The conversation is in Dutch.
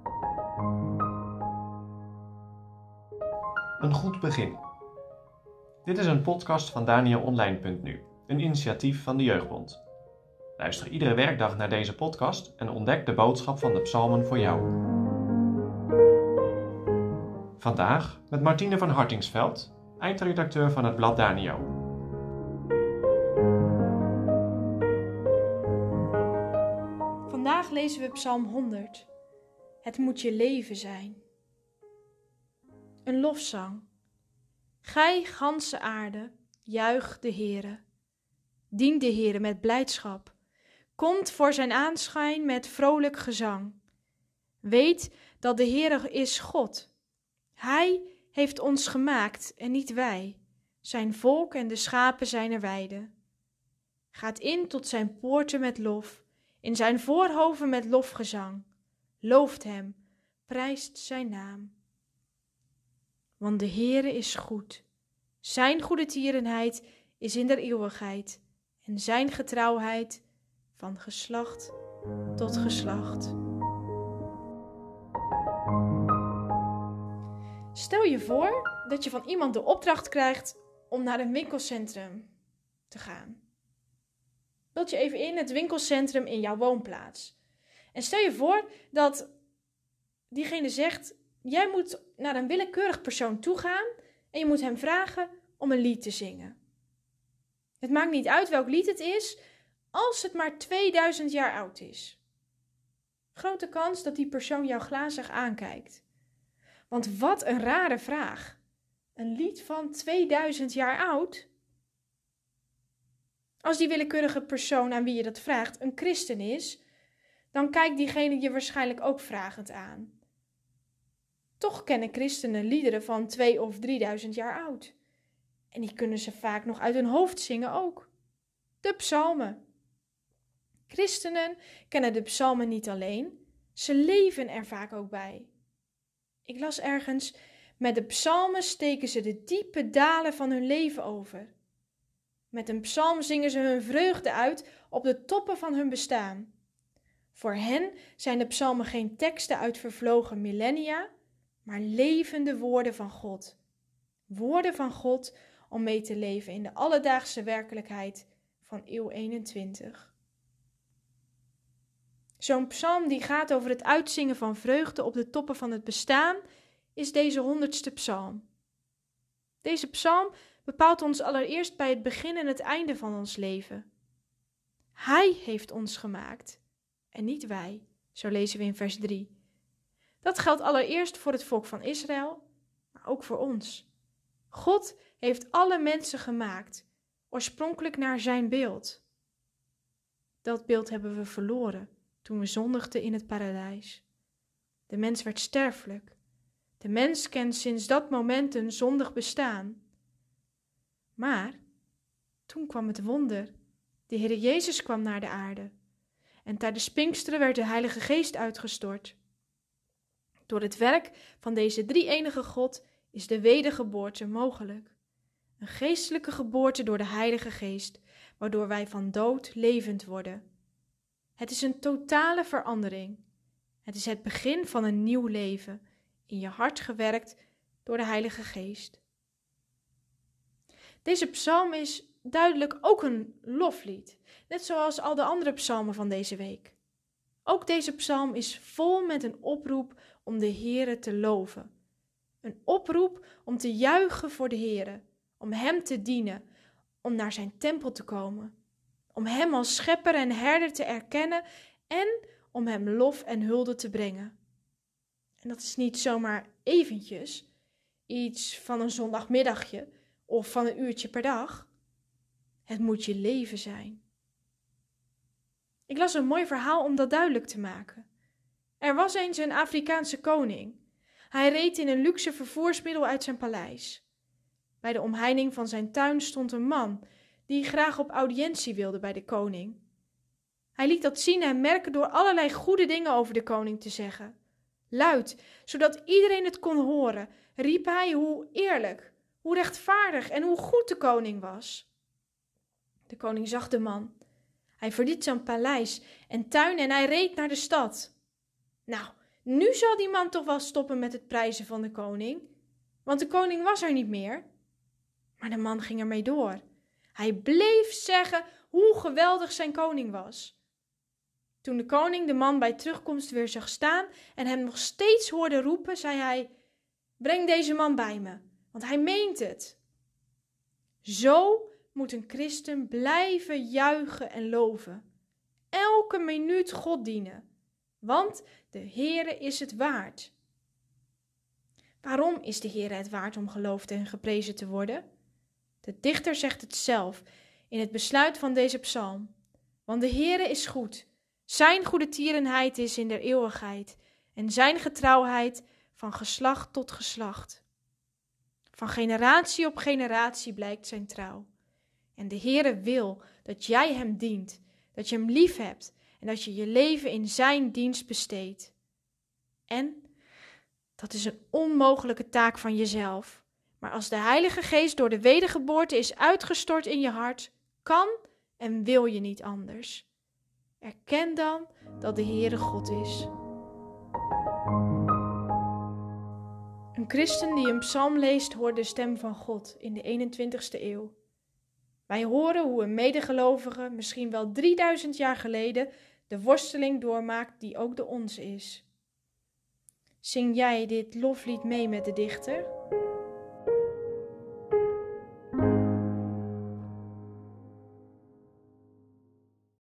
Een goed begin. Dit is een podcast van DanielOnline.nu, een initiatief van de Jeugdbond. Luister iedere werkdag naar deze podcast en ontdek de boodschap van de psalmen voor jou. Vandaag met Martine van Hartingsveld, eindredacteur van het blad Danio. Vandaag lezen we Psalm 100. Het moet je leven zijn. Een lofzang. Gij, ganse aarde, juich de Heere. Dien de Heere met blijdschap. Komt voor zijn aanschijn met vrolijk gezang. Weet dat de Heere is God. Hij heeft ons gemaakt en niet wij, zijn volk en de schapen zijner weide. Gaat in tot zijn poorten met lof, in zijn voorhoven met lofgezang. Looft hem, prijst zijn naam. Want de Heere is goed. Zijn goede tierenheid is in der eeuwigheid en zijn getrouwheid van geslacht tot geslacht. Stel je voor dat je van iemand de opdracht krijgt om naar een winkelcentrum te gaan. Beeld je even in het winkelcentrum in jouw woonplaats. En stel je voor dat diegene zegt: jij moet naar een willekeurig persoon toe gaan en je moet hem vragen om een lied te zingen. Het maakt niet uit welk lied het is, als het maar 2000 jaar oud is. Grote kans dat die persoon jou glazig aankijkt. Want wat een rare vraag. Een lied van 2000 jaar oud? Als die willekeurige persoon aan wie je dat vraagt een christen is, dan kijkt diegene je waarschijnlijk ook vragend aan. Toch kennen christenen liederen van 2000 of 3000 jaar oud. En die kunnen ze vaak nog uit hun hoofd zingen ook. De psalmen. Christenen kennen de psalmen niet alleen, ze leven er vaak ook bij. Ik las ergens: met de psalmen steken ze de diepe dalen van hun leven over. Met een psalm zingen ze hun vreugde uit op de toppen van hun bestaan. Voor hen zijn de psalmen geen teksten uit vervlogen millennia, maar levende woorden van God. Woorden van God om mee te leven in de alledaagse werkelijkheid van eeuw 21. Zo'n psalm die gaat over het uitzingen van vreugde op de toppen van het bestaan, is deze 100ste psalm. Deze psalm bepaalt ons allereerst bij het begin en het einde van ons leven. Hij heeft ons gemaakt en niet wij, zo lezen we in vers 3. Dat geldt allereerst voor het volk van Israël, maar ook voor ons. God heeft alle mensen gemaakt, oorspronkelijk naar zijn beeld. Dat beeld hebben we verloren toen we zondigden in het paradijs. De mens werd sterfelijk. De mens kent sinds dat moment een zondig bestaan. Maar toen kwam het wonder. De Heer Jezus kwam naar de aarde. En tijdens Pinksteren werd de Heilige Geest uitgestort. Door het werk van deze drie-enige God is de wedergeboorte mogelijk. Een geestelijke geboorte door de Heilige Geest, waardoor wij van dood levend worden. Het is een totale verandering. Het is het begin van een nieuw leven, in je hart gewerkt door de Heilige Geest. Deze psalm is duidelijk ook een loflied, net zoals al de andere psalmen van deze week. Ook deze psalm is vol met een oproep om de Heere te loven. Een oproep om te juichen voor de Heere, om Hem te dienen, om naar zijn tempel te komen, om Hem als schepper en herder te erkennen en om Hem lof en hulde te brengen. En dat is niet zomaar eventjes, iets van een zondagmiddagje of van een uurtje per dag. Het moet je leven zijn. Ik las een mooi verhaal om dat duidelijk te maken. Er was eens een Afrikaanse koning. Hij reed in een luxe vervoersmiddel uit zijn paleis. Bij de omheining van zijn tuin stond een man die graag op audiëntie wilde bij de koning. Hij liet dat zien en merken door allerlei goede dingen over de koning te zeggen. Luid, zodat iedereen het kon horen, riep hij hoe eerlijk, hoe rechtvaardig en hoe goed de koning was. De koning zag de man. Hij verliet zijn paleis en tuin en hij reed naar de stad. Nou, Nu zal die man toch wel stoppen met het prijzen van de koning, want de koning was er niet meer. Maar de man ging ermee door. Hij bleef zeggen hoe geweldig zijn koning was. Toen de koning de man bij terugkomst weer zag staan en hem nog steeds hoorde roepen, zei hij: breng deze man bij me, want hij meent het. Zo moet een christen blijven juichen en loven. Elke minuut God dienen, want de Heere is het waard. Waarom is de Heere het waard om geloofd en geprezen te worden? De dichter zegt het zelf in het besluit van deze psalm. Want de Heere is goed. Zijn goedertierenheid is in der eeuwigheid en zijn getrouwheid van geslacht tot geslacht. Van generatie op generatie blijkt zijn trouw. En de Heere wil dat jij hem dient, dat je hem lief hebt en dat je je leven in zijn dienst besteedt. En dat is een onmogelijke taak van jezelf. Maar als de Heilige Geest door de wedergeboorte is uitgestort in je hart, kan en wil je niet anders. Erken dan dat de Heere God is. Een christen die een psalm leest, hoort de stem van God in de 21ste eeuw. Wij horen hoe een medegelovige misschien wel 3000 jaar geleden de worsteling doormaakt die ook de onze is. Zing jij dit loflied mee met de dichter?